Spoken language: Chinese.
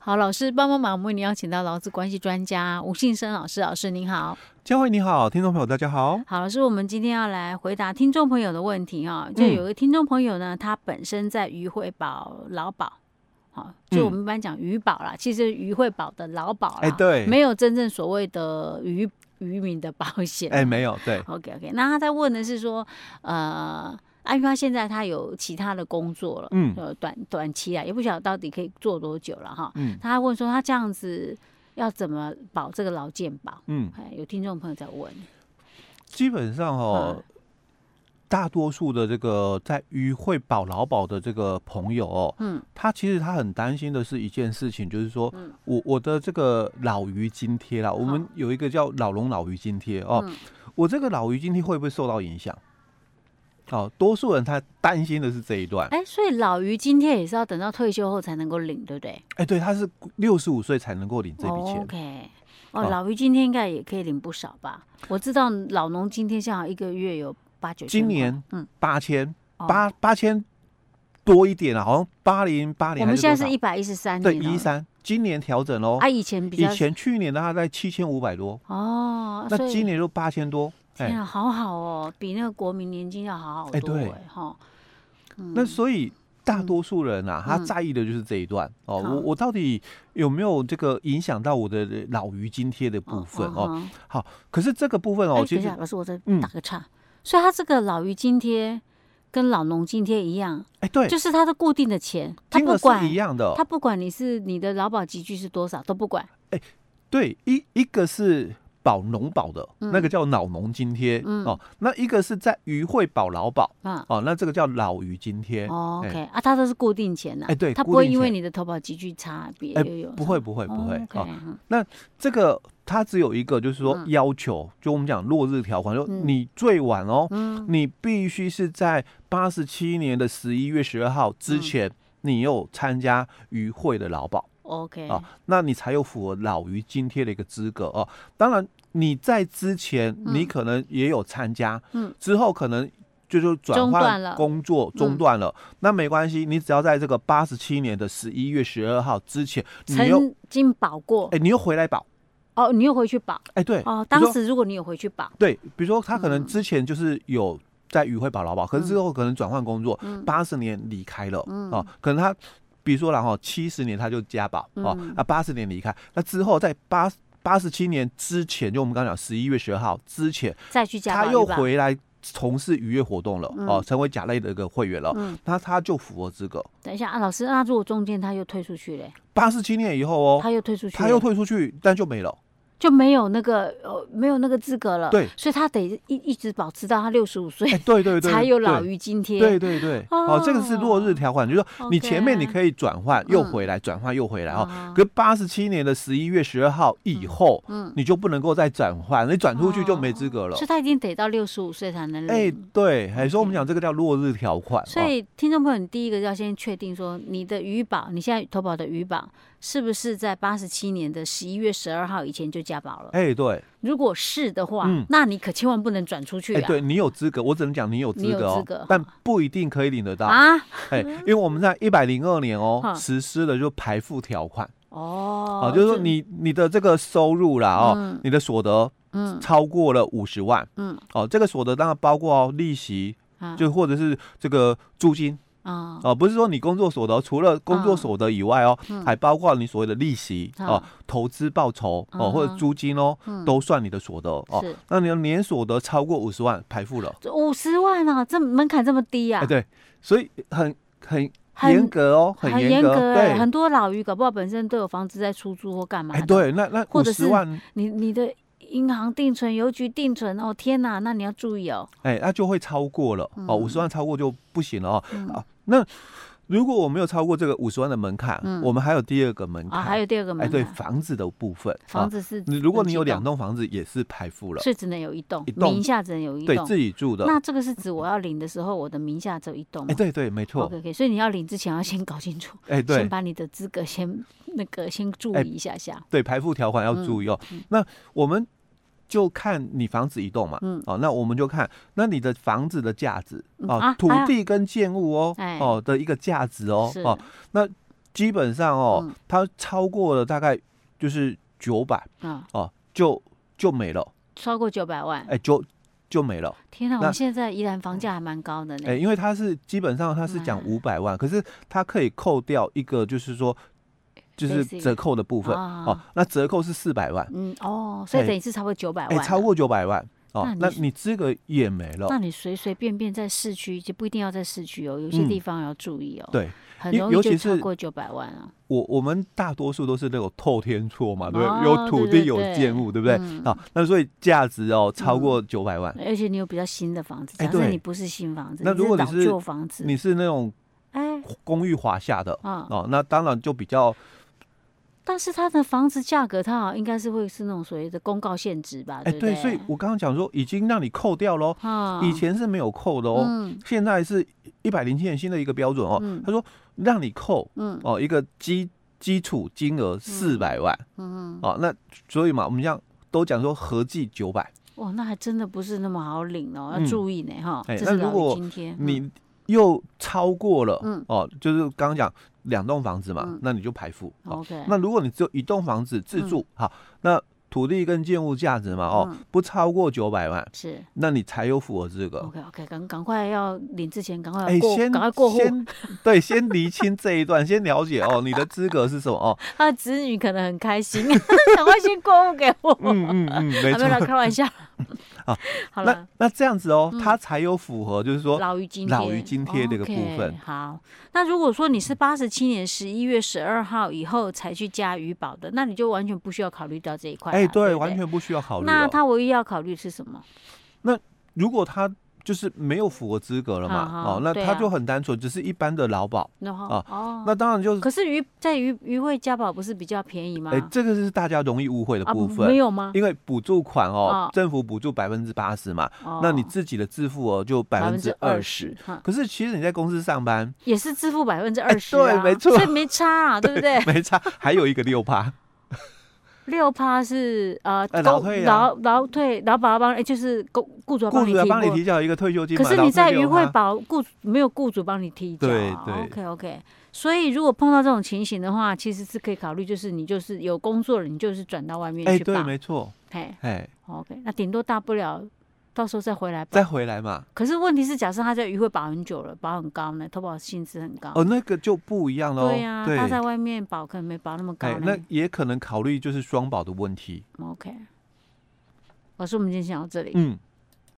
好，老师帮忙，我们为您邀请到劳资关系专家吴信生老师，老师您好。 佳慧你好，听众朋友大家好。 好，老师，我们今天要来回答听众朋友的问题哈。就有个听众朋友呢，他本身在渔会保劳保，好，就我们一般讲渔保啦，其实渔会保的劳保啦， 对， 没有真正所谓的渔民的保险， 没有，对。 OK， 那他在问的是说，因为他现在他有其他的工作了，短期啊，也不晓得到底可以做多久了哈。他问说他这样子要怎么保这个劳健保？有听众朋友在问。 基本上大多数的这个在渔会保劳保的这个朋友他其实他很担心的是一件事情，就是说我的这个老渔津贴啦，我们有一个叫老农老渔津贴我这个老渔津贴会不会受到影响？多数人他担心的是这一段。 所以老渔津贴也是要等到退休后才能够领，对不对？ 对，他是65岁才能够领这笔钱。 OK， 老渔津贴应该也可以领不少吧？我知道老农津贴像一个月有8、9千， 今年8000多一点啊，好像8080。 我们现在是113， 对，113，今年调整喽。 以前去年的话在7500多那今年就8000多。 天啊，好好哦，比那个国民年金要好好多对。那所以大多数人他在意的就是这一段我到底有没有这个影响到我的老渔津贴的部分好，可是这个部分其实老师我再打个岔，所以他这个老渔津贴跟老农津贴一样， 对， 就是他的固定的钱，他不管是一样的， 他不管你的劳保集聚是多少都不管。 对，一个是保农保的那个叫老农津贴那一个是在渔会保劳保那这个叫老渔津贴。 OK 它都是固定钱对， 它不会因为你的投保集聚差别不会那这个它只有一个就是说要求，就我们讲落日条款，就你最晚你必须是在87年的11月12号之前你有参加渔会的劳保 OK 那你才有符合老渔津贴的一个资格当然你在之前你可能也有参加之后可能就转换工作中断了那没关系，你只要在这个87年的11月12号之前曾经保过你又回来保你又回去保对当时如果你有回去保对，比如说他可能之前就是有在渔会保劳保可是之后可能转换工作80年离开了可能他比如说70年他就加保80年离开，那之后在87年之前，就我们刚刚讲11月12号之前再去加保， 他又回来从事渔业活动了成为甲类的一个会员了那他就符合资格。 等一下老师，那如果中间他又退出去嘞 ？87年以后他又退出去， 但就没了。 就没有那个资格了， 对， 所以他得一直保持到他65岁， 对， 才有老渔津贴， 对，这个是落日条款，就是说你前面你可以转换又回来，转换又回来可是87年的11月12号以后，你就不能够再转换，你转出去就没资格了， 所以他一定得到65岁才能领。 对，所以我们讲这个叫落日条款。 所以听众朋友，你第一个要先确定说你的渔保，你现在投保的渔保是不是在87年的11月12号以前就加保了？ 对， 如果是的话，那你可千万不能转出去对，你有资格，我只能讲你有资格但不一定可以领得到因为我们在102年实施了就排富条款就是说你的这个收入啦你的所得超过了50万这个所得当然包括利息就或者是这个租金不是说你工作所得，除了工作所得以外还包括你所谓的利息投资报酬或者租金都算你的所得那你的年所得超过50万排富了。 50万这门槛这么低对，所以很严格很严格对，很多老渔搞不好本身都有房子在出租或干嘛对，那50万你的银行定存、邮局定存天哪，那你要注意那就会超过了50万超过就不行了那如果我没有超过这个50万的门槛我们还有第二个门槛还有第二个门槛对，房子的部分房子是如果你有2栋房子也是排富了， 所以只能有一栋名下只能有一栋， 对，自己住的。 那这个是指我要领的时候我的名下只有一栋对，没错。 OK， 所以你要领之前要先搞清楚对， 先把你的资格先注意一下对，排富条款要注意那我们就看你房子一栋嘛那我们就看那你的房子的价值土地跟建物的一个价值那基本上哦，它超过了大概就是900哦，就没了。 超过900万， 就没了。 天哪，我们现在宜兰房价还蛮高的呢。 因为它是基本上它是讲500万，可是它可以扣掉一个，就是说。就是折扣的部分哦，那折扣是400万， 所以等于是超过900万， 超过900万哦，那你资格也没了。 那你随随便便在市区，就不一定要在市区哦，有些地方要注意哦。 对， 很容易就超过900万啊。 我们大多数都是那种透天厝嘛，对不对？有土地有建物，对不对？好，那所以价值超过900万， 而且你有比较新的房子，假设你不是新房子， 那如果你是旧房子， 你是那种公寓华夏的那当然就比较。 但是它的房子价格，它好像应该是会是那种所谓的公告限值吧？对， 所以我刚刚讲说已经让你扣掉喽，以前是没有扣的哦，现在是107年新的一个标准哦。他说让你扣，一个基础金额400万，那所以嘛，我们这样都讲说合计900， 哇，那还真的不是那么好领哦，要注意呢哈。 那如果你又超过了，就是刚刚讲2栋房子嘛，那你就排付。 OK。 那如果你只有1栋房子自住，好，那土地跟建物价值嘛，不超过900万， 是， 那你才有符合资格。 OK， 赶快要领之前，赶快过户。 对，先厘清这一段，先了解你的资格是什么哦。 他的子女可能很开心，赶快先过户给我。 没错， 开玩笑。好了， 那这样子他才有符合，就是说老于津贴这个部分。 好，那如果说你是87年11月12号以后才去加余保的，那你就完全不需要考虑到这一块。 对，完全不需要考虑。 那他唯一要考虑是什么？ 那如果他就是没有符合资格了嘛，那他就很单纯，只是一般的劳保那当然就是。 可是在渔会加保不是比较便宜吗？ 这个是大家容易误会的部分。 没有吗？ 因为补助款政府补助80%嘛，那你自己的自付额就20%。可是其实你在公司上班也是自付20%， 对，没错， 所以没差啊，对不对？ 没差，还有一个6%。 6%是劳退啊， 劳保帮就是雇主要帮你提缴一个退休金嘛。 可是你在渔会保没有雇主帮你提缴， 对。 OK， 所以如果碰到这种情形的话，其实是可以考虑，就是你就是有工作了，你就是转到外面去保。 对，没错。 OK， 那顶多大不了到时候再回来嘛。 可是问题是，假设他在渔会保很久了，保很高呢，投保薪资很高。 那个就不一样喽。 对呀，他在外面保可能没保那么高呢。 那也可能考虑就是双保的问题。 OK，老师，我们今天讲到这里。